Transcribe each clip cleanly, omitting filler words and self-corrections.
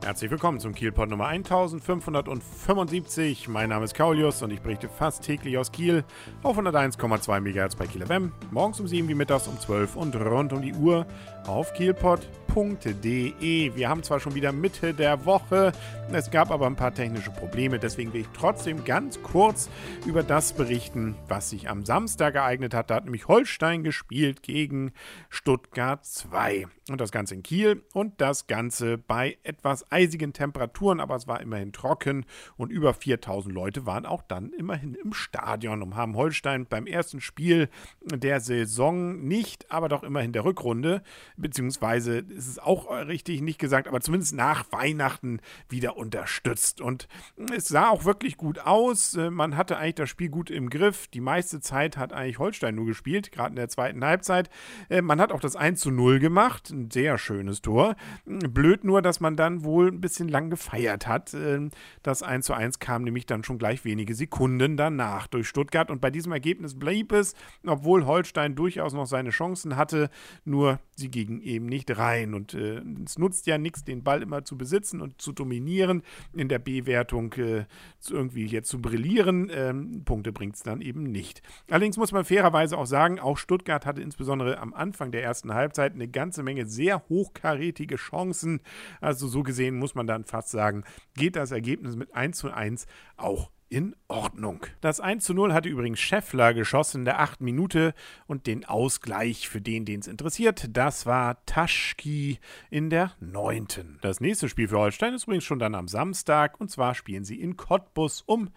Herzlich willkommen zum Kielpot Nummer 1575. Mein Name ist Kaulius und ich berichte fast täglich aus Kiel auf 101,2 MHz bei Kiel FM, morgens um 7 wie mittags um 12 und rund um die Uhr auf kielpot.de. Wir haben zwar schon wieder Mitte der Woche, es gab aber ein paar technische Probleme, deswegen will ich trotzdem ganz kurz über das berichten, was sich am Samstag ereignet hat. Da hat nämlich Holstein gespielt gegen Stuttgart 2 und das Ganze in Kiel und das Ganze bei etwas eisigen Temperaturen, aber es war immerhin trocken und über 4000 Leute waren auch dann immerhin im Stadion und haben Holstein beim ersten Spiel der Saison nicht, aber doch immerhin der Rückrunde, beziehungsweise ist es auch richtig nicht gesagt, aber zumindest nach Weihnachten wieder unterstützt. Und es sah auch wirklich gut aus. Man hatte eigentlich das Spiel gut im Griff. Die meiste Zeit hat eigentlich Holstein nur gespielt, gerade in der zweiten Halbzeit. Man hat auch das 1:0 gemacht, ein sehr schönes Tor. Blöd nur, dass man dann wohl ein bisschen lang gefeiert hat. Das 1:1 kam nämlich dann schon gleich wenige Sekunden danach durch Stuttgart. Und bei diesem Ergebnis blieb es, obwohl Holstein durchaus noch seine Chancen hatte, nur sie gingen eben nicht rein. Und es nutzt ja nichts, den Ball immer zu besitzen und zu dominieren, in der B-Wertung irgendwie jetzt zu brillieren. Punkte bringt es dann eben nicht. Allerdings muss man fairerweise auch sagen, auch Stuttgart hatte insbesondere am Anfang der ersten Halbzeit eine ganze Menge sehr hochkarätige Chancen. Also so gesehen muss man dann fast sagen, geht das Ergebnis mit 1:1 auch in Ordnung. Das 1:0 hatte übrigens Scheffler geschossen in der 8. Minute und den Ausgleich für den es interessiert, das war Taschki in der 9. Das nächste Spiel für Holstein ist übrigens schon dann am Samstag und zwar spielen sie in Cottbus um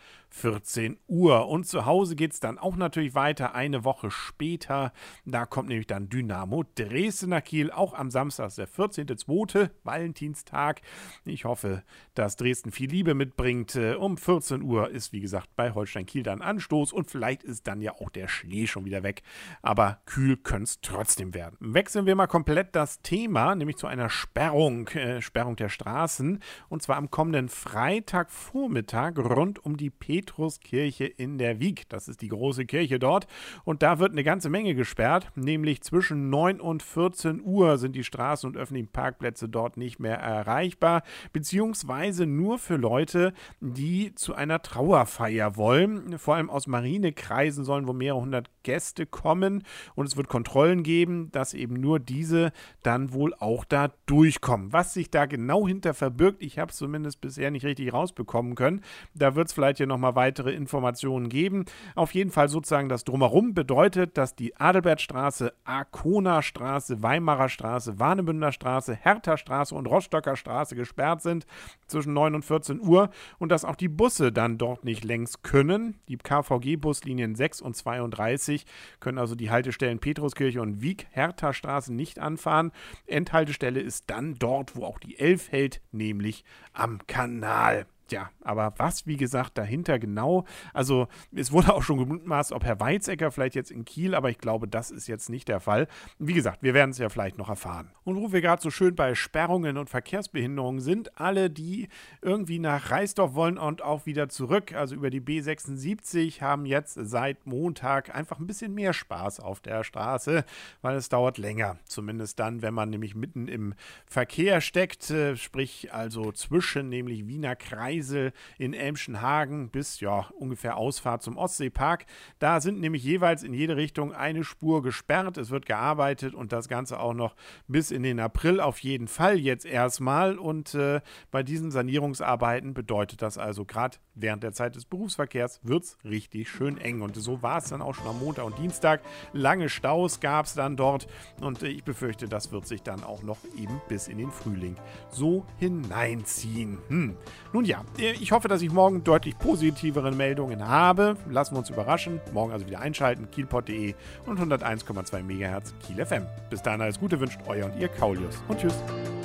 14 Uhr und zu Hause geht es dann auch natürlich weiter, eine Woche später. Da kommt nämlich dann Dynamo Dresden nach Kiel, auch am Samstag, der 14.2., Valentinstag. Ich hoffe, dass Dresden viel Liebe mitbringt. Um 14 Uhr ist, wie gesagt, bei Holstein Kiel dann Anstoß und vielleicht ist dann ja auch der Schnee schon wieder weg, aber kühl könnte es trotzdem werden. Wechseln wir mal komplett das Thema, nämlich zu einer Sperrung der Straßen und zwar am kommenden Freitagvormittag rund um die Petruskirche in der Wiek. Das ist die große Kirche dort und da wird eine ganze Menge gesperrt, nämlich zwischen 9 und 14 Uhr sind die Straßen und öffentlichen Parkplätze dort nicht mehr erreichbar, beziehungsweise nur für Leute, die zu einer Trauerfeier wollen. Vor allem aus Marinekreisen sollen wohl mehrere hundert Gäste kommen und es wird Kontrollen geben, dass eben nur diese dann wohl auch da durchkommen. Was sich da genau hinter verbirgt, ich habe es zumindest bisher nicht richtig rausbekommen können. Da wird es vielleicht ja nochmal weitere Informationen geben. Auf jeden Fall sozusagen das Drumherum bedeutet, dass die Adalbertstraße, Arconer Straße, Weimarer Straße, Warnemünder Straße, Hertha Straße und Rostocker Straße gesperrt sind zwischen 9 und 14 Uhr und dass auch die Busse dann dort nicht längs können. Die KVG-Buslinien 6 und 32 können also die Haltestellen Petruskirche und Wiek, Hertha Straße nicht anfahren. Endhaltestelle ist dann dort, wo auch die 11 hält, nämlich am Kanal. Ja, aber was, wie gesagt, dahinter genau, also es wurde auch schon gemutmaßt, ob Herr Weizsäcker vielleicht jetzt in Kiel, aber ich glaube, das ist jetzt nicht der Fall. Wie gesagt, wir werden es ja vielleicht noch erfahren. Und wo wir gerade so schön bei Sperrungen und Verkehrsbehinderungen sind, alle, die irgendwie nach Reisdorf wollen und auch wieder zurück, also über die B76, haben jetzt seit Montag einfach ein bisschen mehr Spaß auf der Straße, weil es dauert länger. Zumindest dann, wenn man nämlich mitten im Verkehr steckt, sprich also zwischen nämlich Wiener Kreis in Elmschenhagen bis ungefähr Ausfahrt zum Ostseepark. Da sind nämlich jeweils in jede Richtung eine Spur gesperrt. Es wird gearbeitet und das Ganze auch noch bis in den April auf jeden Fall jetzt erstmal. Und bei diesen Sanierungsarbeiten bedeutet das also gerade während der Zeit des Berufsverkehrs wird es richtig schön eng. Und so war es dann auch schon am Montag und Dienstag. Lange Staus gab es dann dort und ich befürchte, das wird sich dann auch noch eben bis in den Frühling so hineinziehen. Nun ja, ich hoffe, dass ich morgen deutlich positivere Meldungen habe. Lassen wir uns überraschen. Morgen also wieder einschalten. Kielpot.de und 101,2 MHz Kiel FM. Bis dahin alles Gute wünscht euer und ihr Kaulius. Und tschüss.